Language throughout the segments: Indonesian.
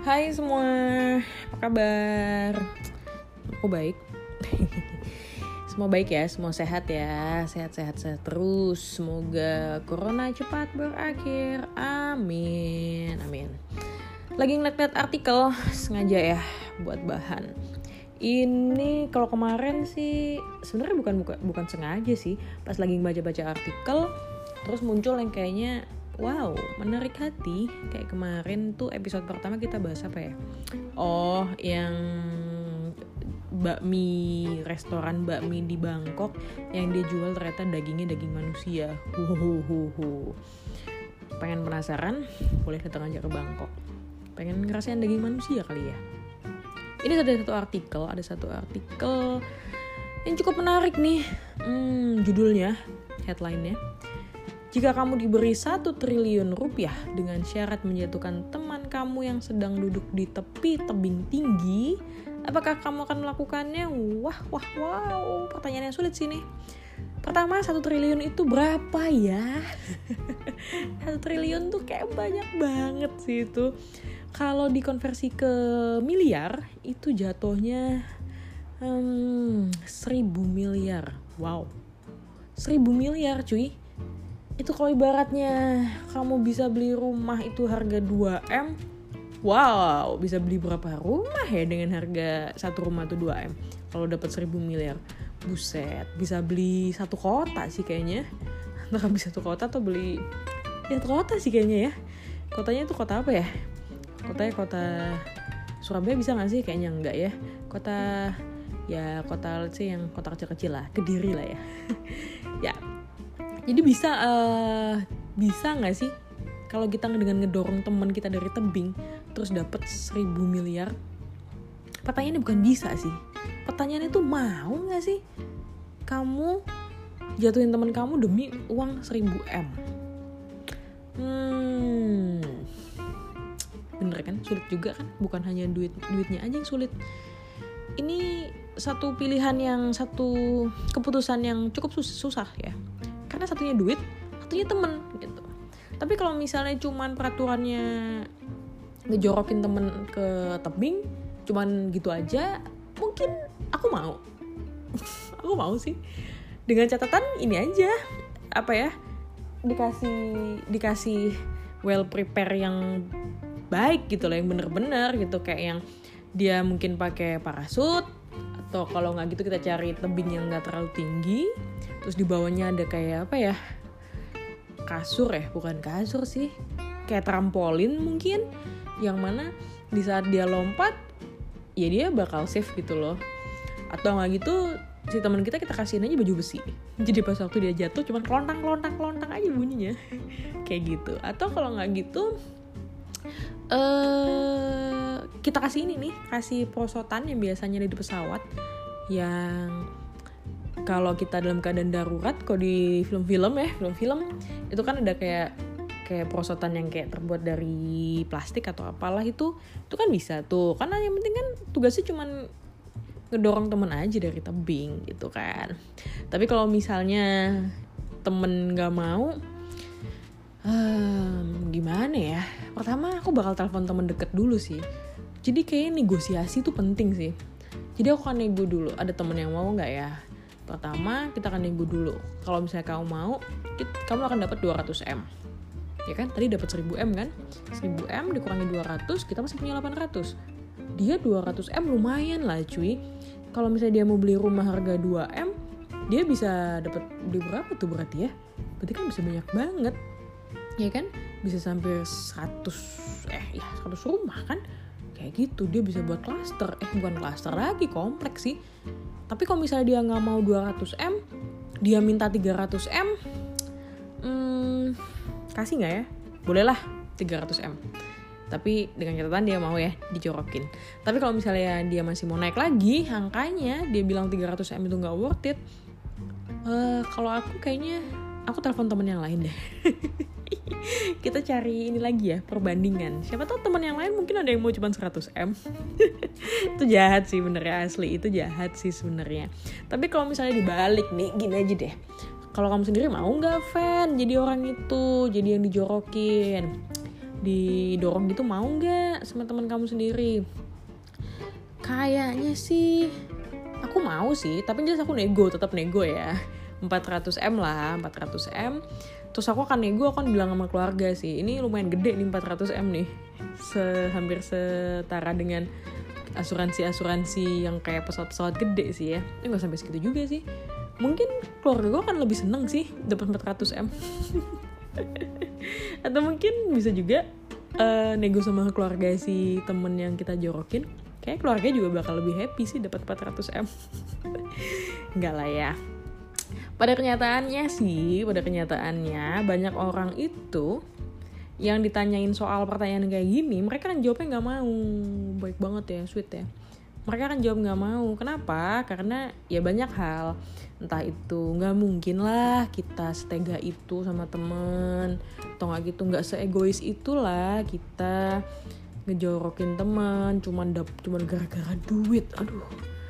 Hai semua, apa kabar? Aku baik. Semua baik ya, semua sehat ya. Sehat terus. Semoga corona cepat berakhir. Amin. Lagi ngeliat artikel sengaja ya buat bahan. Ini kalau kemarin sih sebenarnya bukan sengaja sih. Pas lagi baca artikel terus muncul yang kayaknya wow, menarik hati. Kayak kemarin tuh episode pertama kita bahas apa ya? Oh, yang restoran bakmi di Bangkok yang dia jual ternyata dagingnya daging manusia. Pengen penasaran? Boleh datang aja ke Bangkok. Pengen ngerasain daging manusia kali ya. Ini ada satu artikel yang cukup menarik nih. Judulnya, headline-nya. Jika kamu diberi 1 triliun rupiah dengan syarat menjatuhkan teman kamu yang sedang duduk di tepi tebing tinggi, apakah kamu akan melakukannya? Wow, pertanyaan yang sulit sih nih. Pertama, 1 triliun itu berapa ya? 1 triliun tuh kayak banyak banget sih itu. Kalau dikonversi ke miliar, itu jatuhnya 1.000 miliar. Wow, 1.000 miliar cuy. Itu kalau ibaratnya kamu bisa beli rumah itu harga 2M. Wow, bisa beli berapa rumah ya dengan harga 1 rumah itu 2M. Kalau dapat 1.000 miliar. Buset, bisa beli 1 kota sih kayaknya. Antara beli 1 kota atau beli 1 kota sih kayaknya ya. Kotanya itu kota apa ya? Kotanya kota Surabaya bisa gak sih? Kayaknya enggak ya. Kota let's say yang kota kecil-kecil lah. Kediri lah ya. Ya. Jadi bisa nggak sih kalau kita dengan ngedorong teman kita dari tebing terus dapat 1.000 miliar? Pertanyaannya bukan bisa sih. Pertanyaannya tuh mau nggak sih kamu jatuhin teman kamu demi uang 1.000 M? Bener kan? Sulit juga kan? Bukan hanya duitnya aja yang sulit. Ini satu keputusan yang cukup susah ya. Karena satunya duit, satunya temen gitu. Tapi kalau misalnya cuman peraturannya ngejorokin temen ke tebing, cuman gitu aja, mungkin aku mau. Aku mau sih. Dengan catatan ini aja, dikasih well prepare yang baik gitu loh, yang bener-bener gitu, kayak yang dia mungkin pakai parasut, atau kalau nggak gitu kita cari tebing yang nggak terlalu tinggi. Terus di bawahnya ada kayak kasur ya, bukan kasur sih, kayak trampolin mungkin, yang mana di saat dia lompat ya dia bakal safe gitu loh. Atau nggak gitu si teman kita kasihin aja baju besi, jadi pas waktu dia jatuh cuman kelontang aja bunyinya. Kayak gitu. Atau kalau nggak gitu kita kasih perosotan yang biasanya ada di pesawat, yang kalau kita dalam keadaan darurat, kalau di film-film itu kan ada kayak perosotan yang kayak terbuat dari plastik atau apalah, itu kan bisa tuh. Karena yang penting kan tugasnya cuman ngedorong temen aja dari tebing gitu kan. Tapi kalau misalnya temen nggak mau, gimana ya? Pertama aku bakal telepon temen deket dulu sih. Jadi kayaknya negosiasi tuh penting sih. Jadi aku akan nego dulu, ada temen yang mau nggak ya? Pertama kita akan nego dulu. Kalau misalnya kamu mau, kamu akan dapat 200M. Ya kan? Tadi dapat 1.000M kan? 1.000M dikurangi 200, kita masih punya 800. Dia 200M lumayan lah cuy. Kalau misalnya dia mau beli rumah harga 2M, dia bisa dapat beli berapa tuh berarti ya? Berarti kan bisa banyak banget. Ya kan? Bisa sampai 100 rumah kan? Kayak gitu, dia bisa buat klaster. Bukan klaster lagi, kompleks sih. Tapi kalau misalnya dia nggak mau 200M, dia minta 300M, kasih nggak ya? Bolehlah 300M. Tapi dengan catatan dia mau ya dicorokin. Tapi kalau misalnya dia masih mau naik lagi angkanya, dia bilang 300M itu nggak worth it. Kalau aku kayaknya aku telepon temen yang lain deh. Kita cari ini lagi ya, perbandingan. Siapa tahu teman yang lain mungkin ada yang mau cuma 100M. Itu jahat sih benernya, asli itu jahat sih sebenarnya. Tapi kalau misalnya dibalik nih, gini aja deh. Kalau kamu sendiri mau nggak, Fan, jadi orang itu, jadi yang dijorokin? didorong gitu, mau nggak sama teman kamu sendiri? Kayaknya sih aku mau sih, tapi jelas aku tetap nego ya. 400M lah, 400M. Terus aku akan bilang sama keluarga sih, ini lumayan gede nih 400M nih. Hampir setara dengan asuransi yang kayak pesawat gede sih ya. Nggak sampai segitu juga sih. Mungkin keluarga gue akan lebih seneng sih dapat 400M. Atau mungkin bisa juga nego sama keluarga si temen yang kita jorokin. Kayak keluarga juga bakal lebih happy sih dapat 400M. Enggak lah ya. Pada kenyataannya banyak orang itu yang ditanyain soal pertanyaan kayak gini, mereka kan jawabnya nggak mau. Baik banget ya, sweet ya. Mereka kan jawab nggak mau. Kenapa? Karena ya banyak hal. Entah itu nggak mungkin lah kita setega itu sama temen, atau nggak gitu, nggak seegois itulah kita ngejorokin teman cuman gara-gara duit. Aduh,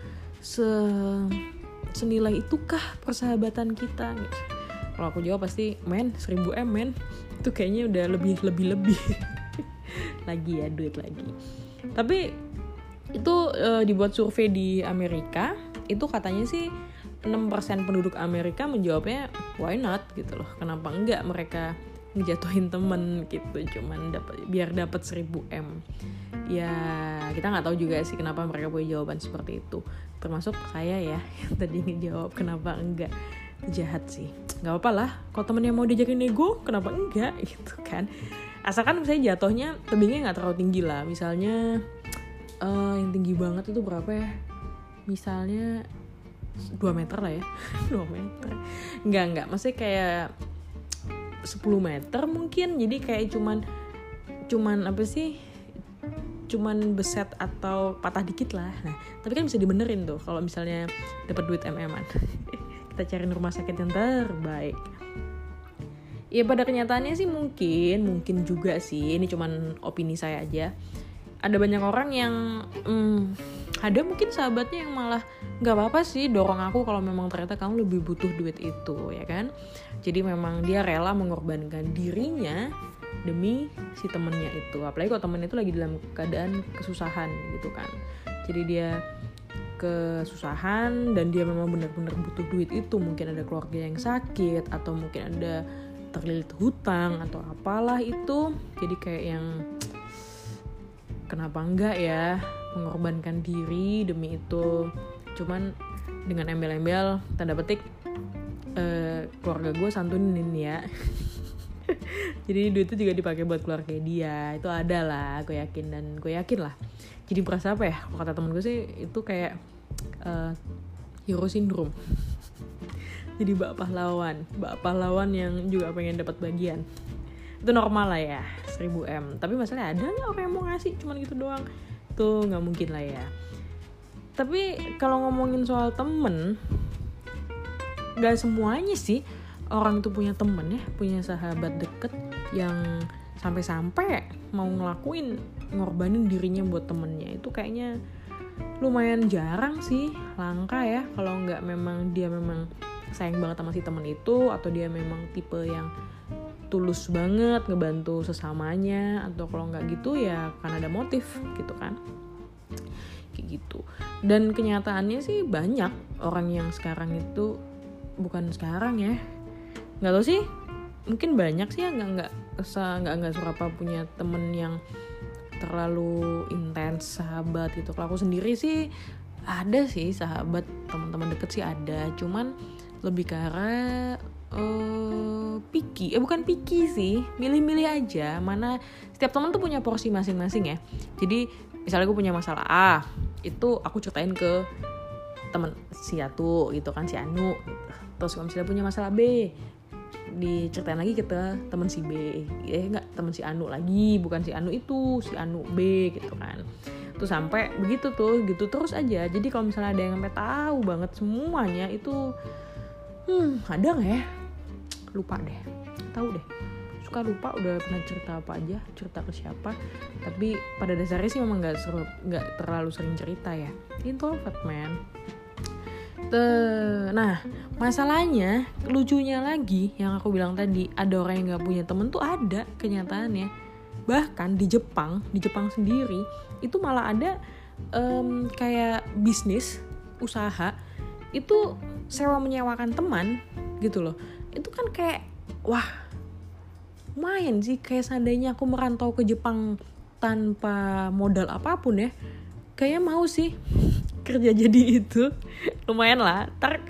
senilai itukah persahabatan kita? Kalau aku jawab pasti 1000M men, itu kayaknya udah lebih lagi ya, duit lagi. Tapi itu dibuat survei di Amerika, itu katanya sih 6% penduduk Amerika menjawabnya why not gitu loh, kenapa enggak mereka ngejatuhin temen gitu cuman biar dapat 1000M. Ya kita nggak tahu juga sih kenapa mereka punya jawaban seperti itu, termasuk saya ya yang tadi ngejawab kenapa enggak. Jahat sih, nggak apa-apa lah kalau temennya mau diajakin nego, kenapa enggak gitu kan, asalkan misalnya jatuhnya tebingnya nggak terlalu tinggi lah. Misalnya yang tinggi banget itu berapa ya, misalnya 2 meter lah ya. 2 meter enggak maksudnya kayak 10 meter mungkin, jadi kayak cuman apa sih, cuman beset atau patah dikit lah. Nah tapi kan bisa dibenerin tuh kalau misalnya dapat duit MM-an. Kita cariin rumah sakit yang terbaik. Ya pada kenyataannya sih mungkin juga sih, ini cuman opini saya aja. Ada banyak orang yang ada mungkin sahabatnya yang malah nggak apa-apa sih dorong aku kalau memang ternyata kamu lebih butuh duit itu, ya kan. Jadi memang dia rela mengorbankan dirinya demi si temennya itu, apalagi kalau temennya itu lagi dalam keadaan kesusahan gitu kan. Jadi dia kesusahan dan dia memang benar-benar butuh duit itu, mungkin ada keluarga yang sakit atau mungkin ada terlilit hutang atau apalah itu. Jadi kayak yang kenapa enggak ya mengorbankan diri demi itu. Cuman dengan embel-embel tanda petik keluarga gue santunin ya. Jadi duit itu juga dipakai buat keluarga dia, itu ada lah, gue yakin lah. Jadi berasa apa ya, kalau kata temen gue sih itu kayak hero syndrome. Jadi bak pahlawan yang juga pengen dapat bagian. Itu normal lah ya, 1000M. Tapi masalahnya ada nggak orang yang mau ngasih cuman gitu doang? Itu nggak mungkin lah ya. Tapi kalau ngomongin soal temen, nggak semuanya sih orang itu punya temen ya, punya sahabat deket yang sampai-sampai mau ngorbanin dirinya buat temennya. Itu kayaknya lumayan jarang sih, langka ya. Kalau nggak memang dia memang sayang banget sama si temen itu, atau dia memang tipe yang tulus banget ngebantu sesamanya, atau kalau nggak gitu ya kan ada motif gitu kan, kayak gitu. Dan kenyataannya sih banyak orang yang sekarang itu, bukan sekarang ya, nggak tahu sih, mungkin banyak sih ya nggak surapa punya temen yang terlalu intens sahabat gitu. Kalau aku sendiri sih ada sih sahabat, teman-teman deket sih ada, cuman lebih ke arah bukan picky sih, milih-milih aja. Mana setiap teman tuh punya porsi masing-masing ya. Jadi misalnya gue punya masalah A, itu aku ceritain ke teman si Atu gitu kan, si Anu gitu. Terus kalau misalnya punya masalah B, diceritain lagi ke teman si B, teman si Anu lagi, bukan si Anu itu, si Anu B gitu kan. Tuh sampai begitu tuh, gitu terus aja. Jadi kalau misalnya ada yang sampai tahu banget semuanya itu, ada nggak ya? Lupa deh, tahu deh, suka lupa udah pernah cerita apa aja, cerita ke siapa. Tapi pada dasarnya sih memang nggak terlalu sering cerita ya, introvert man. Nah masalahnya, lucunya lagi yang aku bilang tadi, ada orang yang nggak punya temen tuh ada kenyataannya. Bahkan di Jepang sendiri itu malah ada kayak bisnis usaha itu sewa menyewakan teman gitu loh. Itu kan kayak wah lumayan sih, kayak seandainya aku merantau ke Jepang tanpa modal apapun ya, kayaknya mau sih kerja jadi itu. Lumayan lah, ntar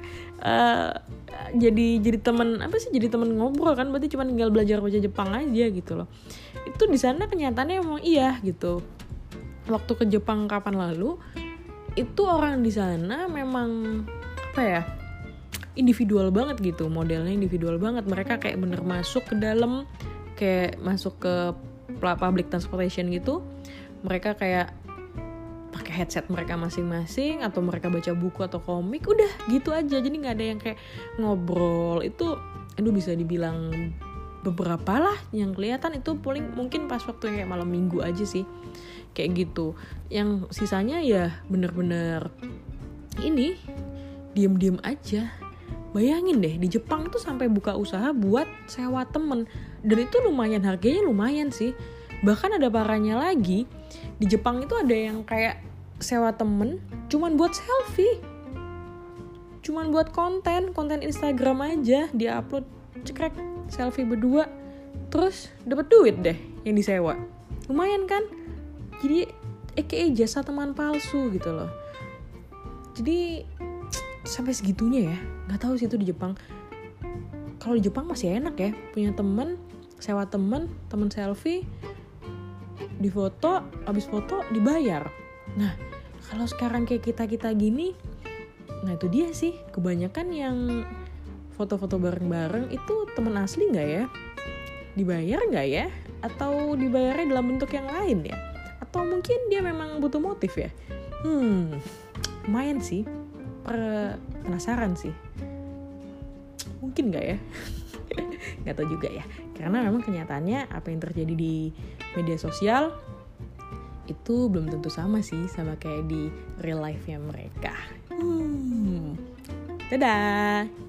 jadi teman jadi teman ngobrol kan, berarti cuma tinggal belajar bahasa Jepang aja gitu loh. Itu di sana kenyataannya emang iya gitu. Waktu ke Jepang kapan lalu itu orang di sana memang apa ya, individual banget gitu, modelnya individual banget. Mereka kayak bener masuk ke dalam, kayak masuk ke public transportation gitu. Mereka kayak pakai headset mereka masing-masing, atau mereka baca buku atau komik, udah gitu aja. Jadi nggak ada yang kayak ngobrol. Itu bisa dibilang beberapa lah yang kelihatan, itu paling mungkin pas waktu kayak malam minggu aja sih kayak gitu. Yang sisanya ya bener-bener ini diem-diem aja. Bayangin deh, di Jepang tuh sampai buka usaha buat sewa temen, dan itu lumayan, harganya lumayan sih. Bahkan ada parahnya lagi, di Jepang itu ada yang kayak sewa temen cuman buat selfie, cuman buat konten Instagram aja, dia upload cekrek selfie berdua, terus dapat duit deh yang disewa. Lumayan kan? Jadi jasa teman palsu gitu loh. Jadi sampai segitunya ya. Nggak tahu sih itu di Jepang. Kalau di Jepang masih enak ya, punya temen, sewa temen selfie, difoto, habis foto dibayar. Nah, kalau sekarang kayak kita gini, nah itu dia sih, kebanyakan yang foto-foto bareng-bareng itu temen asli nggak ya? Dibayar nggak ya? Atau dibayarnya dalam bentuk yang lain ya? Atau mungkin dia memang butuh motif ya? Lumayan sih, penasaran sih. Mungkin nggak ya? Nggak tahu juga ya. Karena memang kenyataannya apa yang terjadi di media sosial itu belum tentu sama sih sama kayak di real life-nya mereka. Dadah!